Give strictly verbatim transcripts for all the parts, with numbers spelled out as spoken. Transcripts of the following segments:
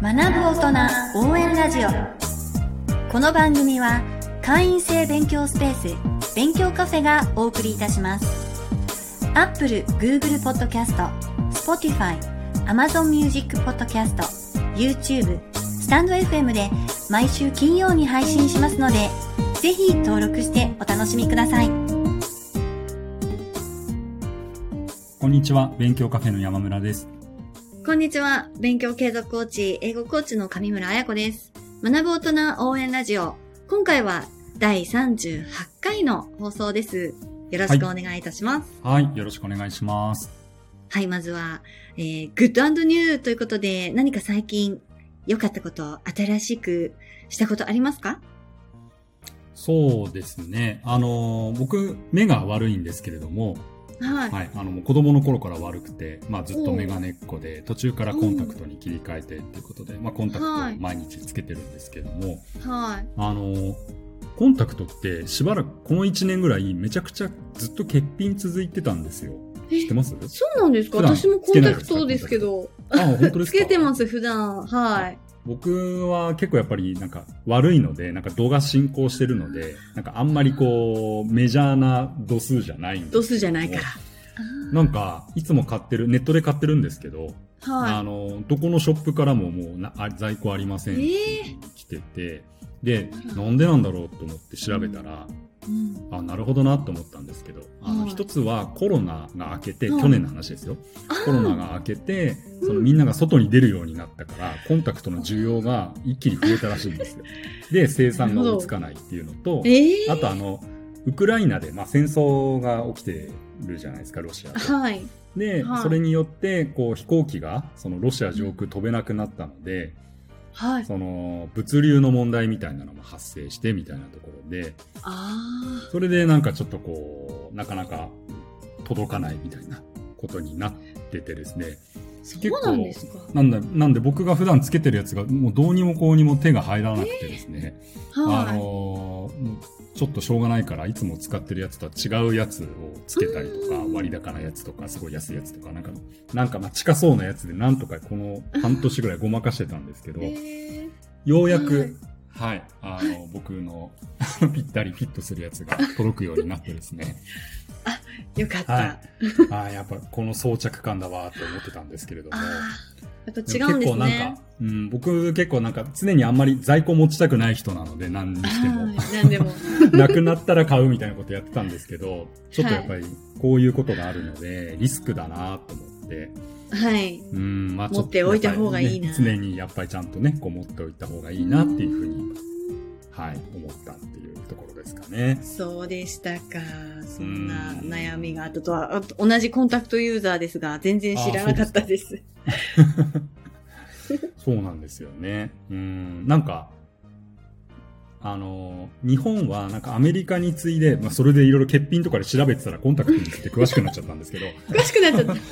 学ぶ大人応援ラジオ。この番組は会員制勉強スペース勉強カフェがお送りいたします。Apple、Google Podcast、Spotify、Amazon Music Podcast、YouTube、スタンド エフエム で毎週金曜に配信しますので、ぜひ登録してお楽しみください。 こんにちは、勉強カフェの山村です。 こんにちは、勉強継続コーチ、英語コーチの上村彩子です。学ぶ大人応援ラジオ。今回はだいさんじゅうはちかいの放送です。よろしくお願いいたします。 はい、はい、よろしくお願いします。 はい、まずは、えー、グッド&ニューということで、何か最近良かったこと、新しくしたことありますか？ そうですね。あの、僕、目が悪いんですけれども、 はい。 はい。あの、もう子供の頃から悪くて、まあずっとメガネっ子で、途中からコンタクトに切り替えてっていうことで、まあコンタクトを毎日つけてるんですけども、 はい。 あの、コンタクトってしばらく、このいちねんぐらいめちゃくちゃずっと欠品続いてたんですよ。知ってます？ そうなんですか？私もコンタクトですけど。 あ、本当ですか？ つけてます、普段。はい。 僕は結構やっぱりなんか悪いので、なんか度が進行してるので、なんかあんまりこうメジャーな度数じゃないんです。 度数じゃないから。 なんかいつも買ってる、ネットで買ってるんですけど、 はい。 あの、どこのショップからももうな在庫ありませんって来てて、で、なんでなんだろうと思って調べたら、うん、あ、なるほどなと思ったんですけど、あの、一つはコロナが明けて、去年の話ですよ。コロナが明けて、そのみんなが外に出るようになったから、コンタクトの需要が一気に増えたらしいんですよ。で、生産が追いつかないっていうのと、あとあの、ウクライナで、まあ、戦争が起きてるじゃないですか、ロシアと。 はい。 で、はい、それによって、こう、飛行機が、そのロシア上空飛べなくなったので、はい。その、物流の問題みたいなのも発生してみたいなところで、ああ。それでなんかちょっとこう、なかなか届かないみたいなことになっててですね。 そうなんですか？ なんだ、なんで僕が普段つけてるやつが、もうどうにもこうにも手が入らなくてですね。えー、はい。あのー、ちょっとしょうがないから、いつも使ってるやつとは違うやつをつけたりとか、割高なやつとか、すごい安いやつとか、なんか、なんかまあ近そうなやつでなんとかこの半年ぐらいごまかしてたんですけど、えー、ようやく、はい、はい、あの、僕のぴったりフィットするやつが届くようになってですね。 あ、よかった。 はい。あ、やっぱこの装着感だわって思ってたんですけれども。 やっぱ違うんですね。 結構なんか、うん、僕結構なんか常にあんまり在庫持ちたくない人なので、何にしても。 何でも。 なくなったら買うみたいなことやってたんですけど、ちょっとやっぱりこういうことがあるので、リスクだなと思って。 はい。 うん、まあちょっと、 持っておいた方がいいな、 ね。常にやっぱりちゃんとね、こう持っておいた方がいいなっていうふうに、はい、思ったっていうところですかね。 そうでしたか。そんな悩みがあったとは、あと同じコンタクトユーザーですが、全然知らなかったです。 そうなんですよね。うん、なんか、あの、日本はなんかアメリカに次いで、まあそれでいろいろ欠品とかで調べてたらコンタクトについて詳しくなっちゃったんですけど。 詳しくなっちゃった。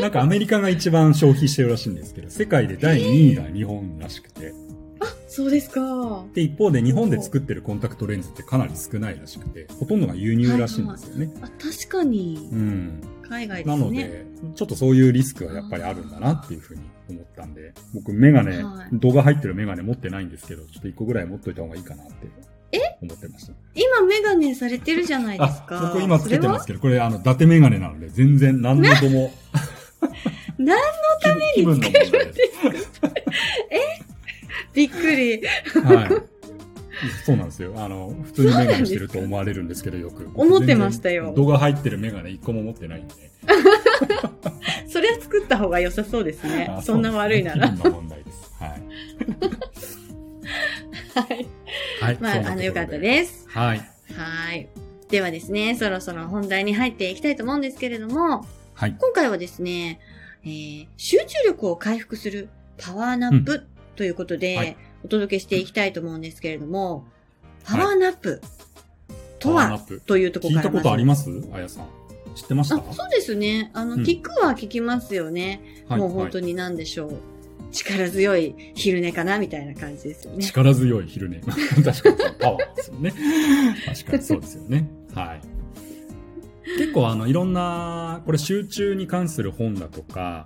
なんかアメリカが一番消費してるらしいんですけど、世界でだいにいが日本らしくて。 あ、そうですか。 で、一方で日本で作ってるコンタクトレンズってかなり少ないらしくて、ほとんどが輸入らしいんですよね。はいはい、 あ、確かに。 うん。 海外ですね。 なので、ちょっとそういうリスクはやっぱりあるんだなっていうふうに思ったんで、僕メガネ、はい、度が入ってるメガネ持ってないんですけど、ちょっと一個ぐらい持っといた方がいいかなって思ってました。 今メガネされてるじゃないですか。 あ、僕今つけてますけど、これあの、伊達メガネなので、全然何の度も。 何のためにつけるんですか？えびっくり。 はい。そうなんですよ。あの、普通にメガネしてると思われるんですけど、よく。 思ってましたよ。 度が入ってるメガネ一個も持ってないんで。 それは作った方が良さそうですね。そ, そんな悪いなら。 気分の問題です。はい。 はい。はい。まあ、あの、よかったです。 はい。 はい。ではですね、そろそろ本題に入っていきたいと思うんですけれども、 はい。 今回はですね、えー、集中力を回復するパワーナップ、うんということで、はい、お届けしていきたいと思うんですけれども、パワーナップとは、はい、というところから聞いたことあります？あやさん。知ってました？ あ、そうですね。あの、うん、聞くは聞きますよね。はい、もう本当に何でしょう、はい。力強い昼寝かなみたいな感じですよね。 力強い昼寝。確かにパワーですよね。確かにそうですよね。はい。結構あの、いろんな、これ集中に関する本だとか、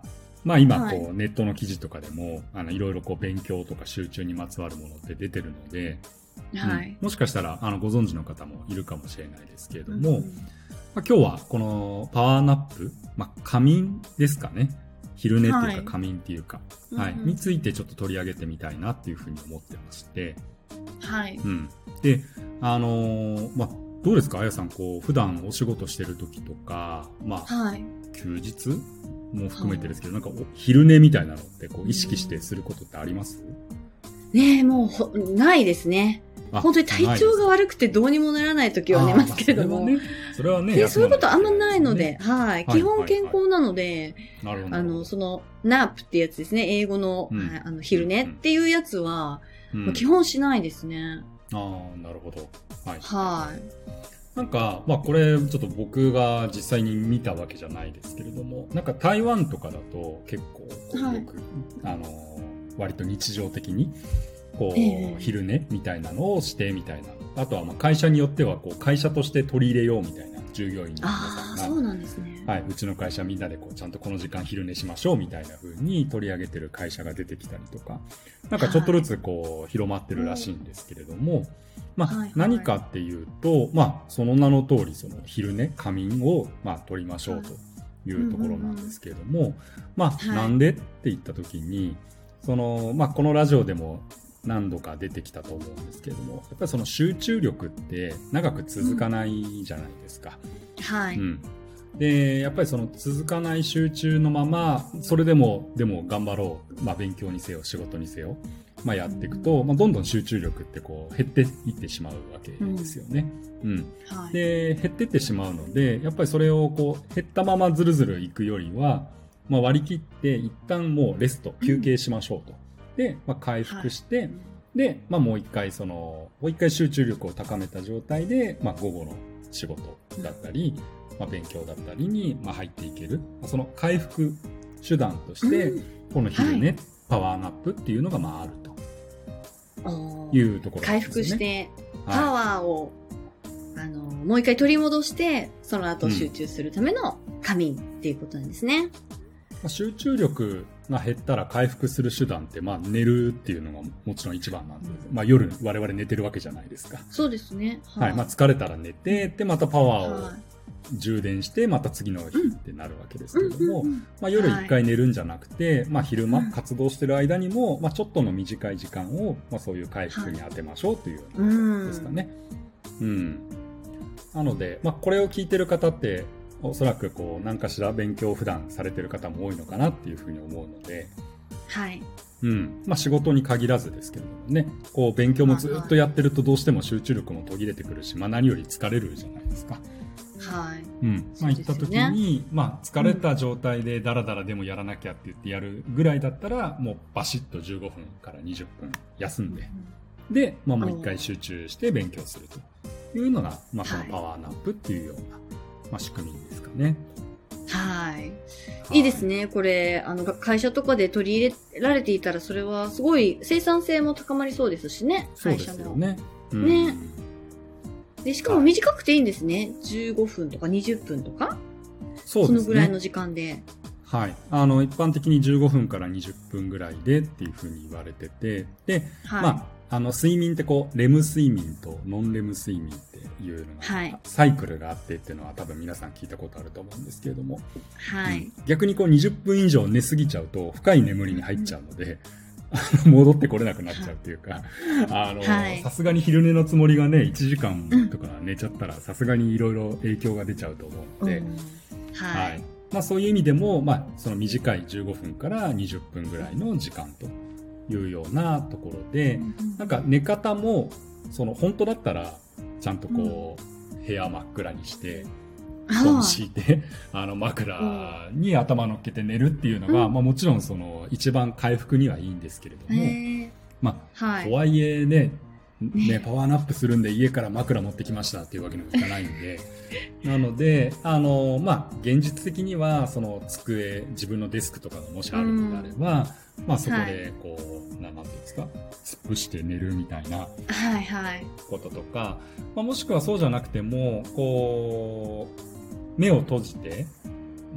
まあ今こう、はい、ネットの記事とかでもあのいろいろこう勉強とか集中にまつわるものって出てるので、はい、うん、もしかしたらあのご存知の方もいるかもしれないですけれども、うん、まあ、今日はこのパワーナップ、まあ、仮眠ですかね、昼寝っていうか仮眠っていうか、はい、はい、についてちょっと取り上げてみたいなっていうふうに思ってまして、 はい、 うん、であのー、まあどうですか、あやさん、こう普段お仕事してる時とか、まあ、はい、休日も含めてですけど、はい、なんか昼寝みたいなのってこう意識してすることってあります？ ねえ、もうほないですね。本当に体調が悪くてどうにもならない時は寝ますけれども、まあ、それはね、それはね、そういうことあんまないので、はい、基本健康なので、はいはいはい、あのそのナープってやつですね、英語の、うん、はい、あの昼寝っていうやつは、うん、基本しないですね。 ああ、なるほど。はい。 はい。 なんか、まあこれちょっと僕が実際に見たわけじゃないですけれども、なんか台湾とかだと結構こうよく、はい、あの、割と日常的に、こう、えー、昼寝みたいなのをしてみたいな。あとはまあ会社によってはこう会社として取り入れようみたいな従業員の皆さんが。 ああ、そうなんですね。 はい。うちの会社みんなでこうちゃんとこの時間昼寝しましょうみたいな風に取り上げてる会社が出てきたりとか、なんかちょっとずつこう広まってるらしいんですけれども、はい、まあ、はいはい、何かっていうと、まあ、その名の通り、その昼寝、仮眠を、まあ、取りましょうというところなんですけれども、まあ、はい、なんでって言ったときに、その、まあ、このラジオでも何度か出てきたと思うんですけれども、やっぱりその集中力って長く続かないじゃないですか。 うん、はい。うん。 で、やっぱりその続かない集中のまま、それでも、でも頑張ろう。まあ、勉強にせよ、仕事にせよ。まあ、やっていくと、まあ、どんどん集中力ってこう減っていってしまうわけですよね。うん。うん、はい、で、減っていってしまうので、やっぱりそれをこう減ったままずるずるいくよりは、まあ、割り切って一旦もうレスト、休憩しましょうと。うん、で、まあ、回復して、はい、で、まあ、もう一回その、もう一回集中力を高めた状態で、まあ、午後の仕事だったり、うん、まあ、勉強だったりに、まあ、入っていける。その回復手段として、うん、この昼寝、はい、パワーナップっていうのがまああると。いうところですね。 回復して、パワーを、はい、あの、もう一回取り戻して、その後集中するための仮眠っていうことなんですね。 うん、集中力が減ったら回復する手段って、まあ寝るっていうのがもちろん一番なんで、まあ夜我々寝てるわけじゃないですか。 そうですね。 はい。はい、まあ疲れたら寝て、で、またパワーを、はい、充電してまた次の日ってなるわけですけれども、うんうんうん、まあ、夜一回寝るんじゃなくて、はい、まあ、昼間活動してる間にも、まあ、ちょっとの短い時間を、まあ、そういう回復に当てましょうというようなことですかね。うん、うん。なので、まあ、これを聞いてる方っておそらくこう何かしら勉強を普段されてる方も多いのかなっていうふうに思うので、 はい。 うん。まあ、仕事に限らずですけれどもね、こう勉強もずっとやってるとどうしても集中力も途切れてくるし、まあ、何より疲れるじゃないですか。 はい。 うん。まあ、行った時に、ね、まあ、疲れた状態でダラダラでもやらなきゃって言ってやるぐらいだったら、もうバシッとじゅうごふんからにじゅっぷん休んで、うん、で、まあ、もう一回集中して勉強するというのが、まあ、このパワーナップっていうような、はい、まあ、仕組みですかね。 はい。いいですね。これ、あの、会社とかで取り入れられていたら、それはすごい生産性も高まりそうですしね。会社の。 そうですよね。 うん、ね。で、しかも短くていいんですね。じゅうごふんとかにじゅっぷんとかそうですね。そのぐらいの時間で。 はい。あの、一般的にじゅうごふんからにじゅっぷんぐらいでっていうふうに言われてて、で、はい、まあ、あの、睡眠ってこう、レム睡眠とノンレム睡眠っていうのが、はい、サイクルがあってっていうのは多分皆さん聞いたことあると思うんですけれども、 はい。うん、 逆にこうにじゅっぷん以上寝すぎちゃうと深い眠りに入っちゃうので、うん戻ってこれなくなっちゃうっていうか、あの、さすがに昼寝のつもりがね、いちじかんとか寝ちゃったら、さすがにいろいろ影響が出ちゃうと思うので、うん、はい、はい。まあそういう意味でも、まあその短いじゅうごふんからにじゅっぷんぐらいの時間というようなところで、うん、なんか寝方も、その本当だったら、ちゃんとこう、うん、部屋真っ暗にして、布団敷いて、あの枕に頭乗っけて寝るっていうのが、うん、まあもちろんその一番回復にはいいんですけれども、まあ、はい、とはいえね、ね、パワーナップするんで家から枕持ってきましたっていうわけにもいかないんで、なので、あの、まあ、現実的にはその机、自分のデスクとかがもしあるのであれば、うん、まあそこでこう、はい、なんていうんですか、突っ伏して寝るみたいなはいはい。 こととか、まあ、もしくはそうじゃなくても、こう、目を閉じて、うん。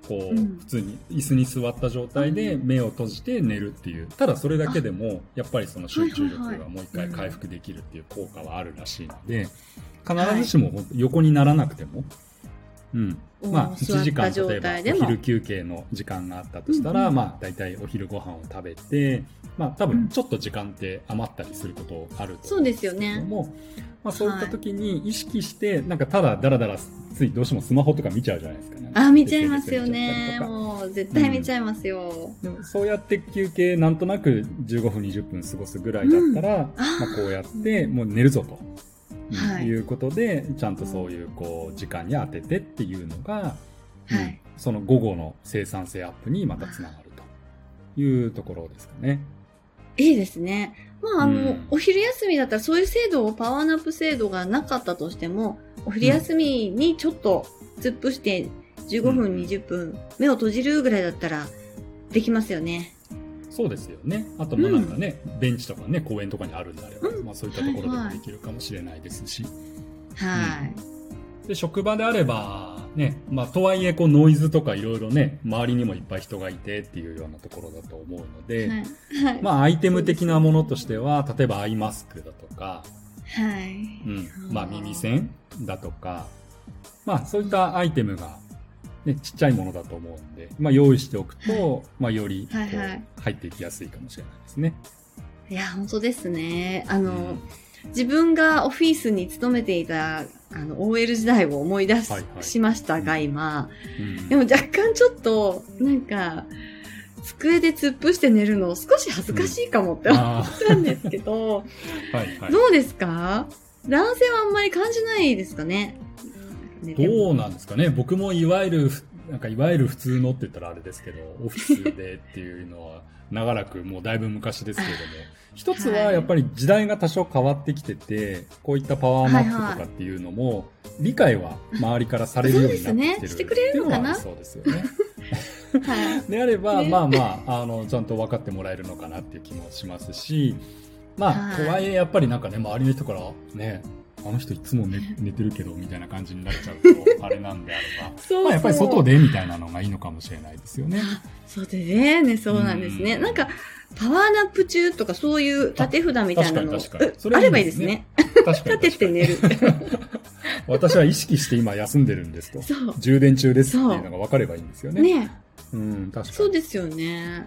こう、うん、普通に椅子に座った状態で目を閉じて寝るっていう、ただそれだけでもやっぱりその集中力がもう一回回復できるっていう効果はあるらしいので、必ずしも横にならなくても、うん、まあいちじかん例えばお昼休憩の時間があったとしたら、うんうん、まあだいたいお昼ご飯を食べて、まあ多分ちょっと時間って余ったりすることあると思うんですけども、そうですよね。まあそういった時に意識して、なんかただダラダラついどうしてもスマホとか見ちゃうじゃないですかね。 あ、見ちゃいますよね。もう絶対見ちゃいますよ。 うん、でもそうやって休憩なんとなくじゅうごふんにじゅっぷん過ごすぐらいだったら、うん、まあこうやってもう寝るぞと。はい、いうことでちゃんとそういうこう時間に当ててっていうのが、はい、うん、その午後の生産性アップにまたつながるというところですかね。 いいですね。まああの、うん、お昼休みだったらそういう制度をパワーナップ制度がなかったとしても、お昼休みにちょっと突っ伏してじゅうごふん、うん、にじゅっぷん目を閉じるぐらいだったらできますよね。 そうですよね。あともなんかね、うん、ベンチとかね、公園とかにあるんであれば、うん、まあそういったところでもできるかもしれないですし。 はい。 うん、で、職場であれば、ね、まあとはいえこうノイズとかいろいろね、周りにもいっぱい人がいてっていうようなところだと思うので、はいはい、まあアイテム的なものとしては、例えばアイマスクだとか、 はい。 うん。まあ耳栓だとか、まあそういったアイテムが、ね、ちっちゃいものだと思うんで、まあ用意しておくと、はい、まあよりこう、はいはい、入っていきやすいかもしれないですね。 いや、本当ですね。あの、うん、自分がオフィスに勤めていた、あの、オーエル 時代を思い出し、はいはい、しましたが、今、うん。でも若干ちょっと、なんか、机で突っ伏して寝るの少し恥ずかしいかもって思ったんですけど、うんはいはい、どうですか？男性はあんまり感じないですかね？ どうなんですかね。僕もいわゆる、なんかいわゆる普通のって言ったらあれですけど、オフィスでっていうのは長らくもうだいぶ昔ですけれども、一つはやっぱり時代が多少変わってきてて、こういったパワーナップとかっていうのも、理解は周りからされるようになってきてる。そうですね。してくれるのかな？そうですよね。はい、であれば、ね、まあまあ、あの、ちゃんと分かってもらえるのかなっていう気もしますし、まあ、はい、とはいえやっぱりなんかね、周りの人からね、あの人いつも 寝, 寝てるけどみたいな感じになっちゃうとあれなんであればそうそう、まあ、やっぱり外でみたいなのがいいのかもしれないですよね。 そうでね、ね、そうなんですね。んなんかパワーナップ中とかそういう立て札みたいなの あ, あればいいですね。立てて寝る。 私は意識して今休んでるんですと、充電中ですっていうのが分かればいいんですよね。ね、うん、確かにそうですよね。 うん、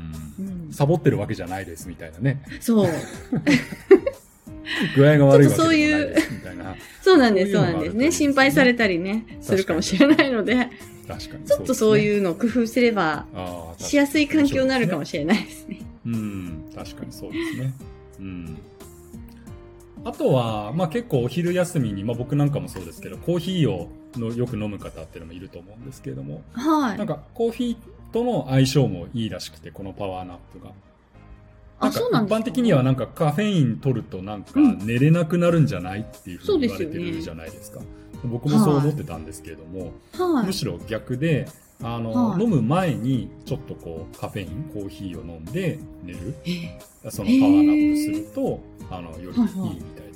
うん、サボってるわけじゃないですみたいなね。 そう。 具合が悪いわけじゃないですみたいな。 そうなんです、そうなんですね。心配されたりね、するかもしれないので。 確かに。 ちょっとそういうのを工夫すれば、しやすい環境になるかもしれないですね。 うん、確かにそうですね。うん。あとは、まあ結構お昼休みに、まあ僕なんかもそうですけど、コーヒーをのよく飲む方っていうのもいると思うんですけれども、はい。なんかコーヒーとの相性もいいらしくて、このパワーナップが。なんか一般的にはなんかカフェイン取るとなんか寝れなくなるんじゃないっていうふうに言われてるじゃないですか。僕もそう思ってたんですけれども、はい、むしろ逆で、あの、はい、飲む前にちょっとこうカフェイン、コーヒーを飲んで寝る。そのパワーナップすると、あの、よりいいみたいです。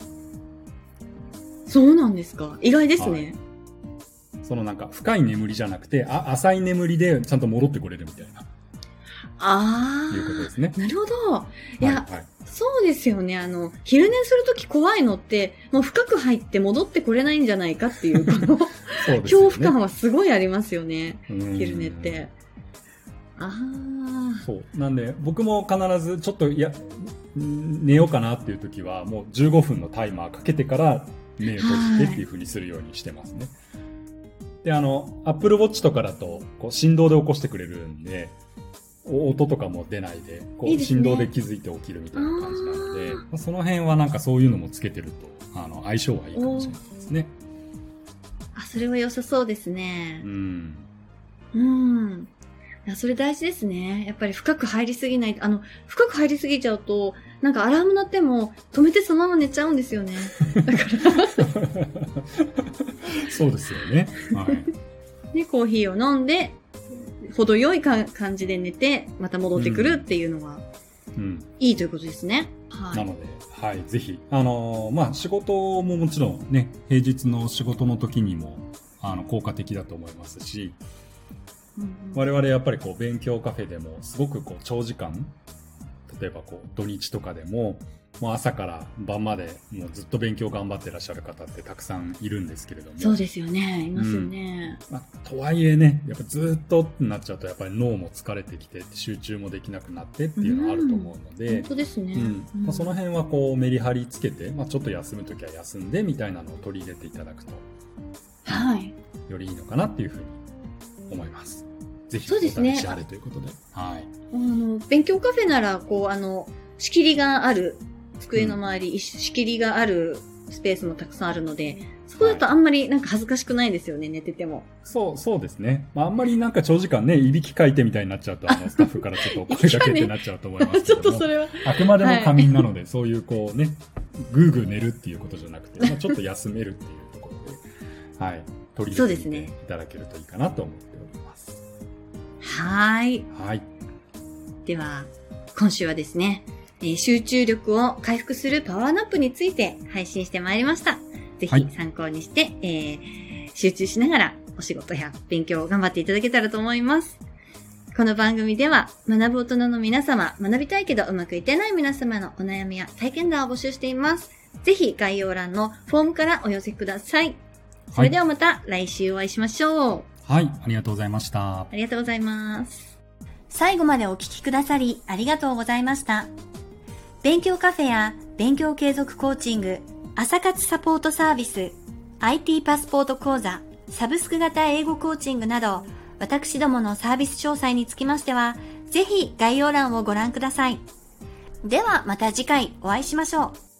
そうなんですか。意外ですね。はい、 そのなんか深い眠りじゃなくて、あ、浅い眠りでちゃんと戻ってこれるみたいな。 ああ。 いうことですね。 なるほど。いや、はいはい、そうですよね。あの、昼寝するとき怖いのって、もう深く入って戻ってこれないんじゃないかっていう、このね、恐怖感はすごいありますよね。昼寝って。ああ。 そう。なんで、僕も必ずちょっと、いや、寝ようかなっていうときは、もうじゅうごふんのタイマーかけてから目を閉じてっていうふうにするようにしてますね。はい、で、あの、Apple Watch とかだと、こう振動で起こしてくれるんで、音とかも出ないで、こう振動で気づいて起きるみたいな感じなので、いいですね、その辺はなんかそういうのもつけてると、あの、相性はいいかもしれないですね。 あ、それは良さそうですね。 うん。 うん。いや、それ大事ですね。やっぱり深く入りすぎない。あの、深く入りすぎちゃうと、なんかアラーム鳴っても止めてそのまま寝ちゃうんですよね。だから。 そうですよね。はい。 で、コーヒーを飲んで、程よいか感じで寝て、また戻ってくるっていうのは、うん、いいということですね。はい。 なので、はい、ぜひ、あのー、まあ、仕事ももちろんね、平日の仕事の時にも、あの、効果的だと思いますし、 うんうん、 我々やっぱりこう勉強カフェでもすごくこう長時間、例えばこう土日とかでももう朝から晩までもうずっと勉強頑張ってらっしゃる方ってたくさんいるんですけれども。 そうですよね。いますよね。 うん、まあ、とはいえね、やっぱずっとってなっちゃうとやっぱり脳も疲れてきて集中もできなくなってっていうのはあると思うので、 うん、本当ですね。うんまあ、その辺はこうメリハリつけて、まあ、ちょっと休むときは休んでみたいなのを取り入れていただくと、 はい、 よりいいのかなっていうふうに思います。ぜひお試しあれということで。はい。 あの勉強カフェならこうあの仕切りがある机の周り、うん、仕切りがあるスペースもたくさんあるので、そこだとあんまりなんか恥ずかしくないですよね、はい、寝てても。 そう、そうですね。まあ、あんまりなんか長時間ね、いびきかいてみたいになっちゃうと、あの、スタッフからちょっとお声掛けってなっちゃうと思いますけども。ちょっとそれは。あくまでも仮眠なので、はい、そういうこうね、ぐーぐー寝るっていうことじゃなくて、まあ、ちょっと休めるっていうところで、はい、取り入れていただけるといいかなと思っております。 はい。 はい。 では、今週はですね、えー、集中力を回復するパワーナップについて配信してまいりました。ぜひ参考にして、はい、えー、集中しながらお仕事や勉強を頑張っていただけたらと思います。この番組では学ぶ大人の皆様、学びたいけどうまくいってない皆様のお悩みや体験談を募集しています。ぜひ概要欄のフォームからお寄せください。それではまた来週お会いしましょう。 はい、ありがとうございました。 ありがとうございます。最後までお聞きくださりありがとうございました。勉強カフェや勉強継続コーチング、朝活サポートサービス、アイティー パスポート講座、サブスク型英語コーチングなど、私どものサービス詳細につきましては、ぜひ概要欄をご覧ください。ではまた次回お会いしましょう。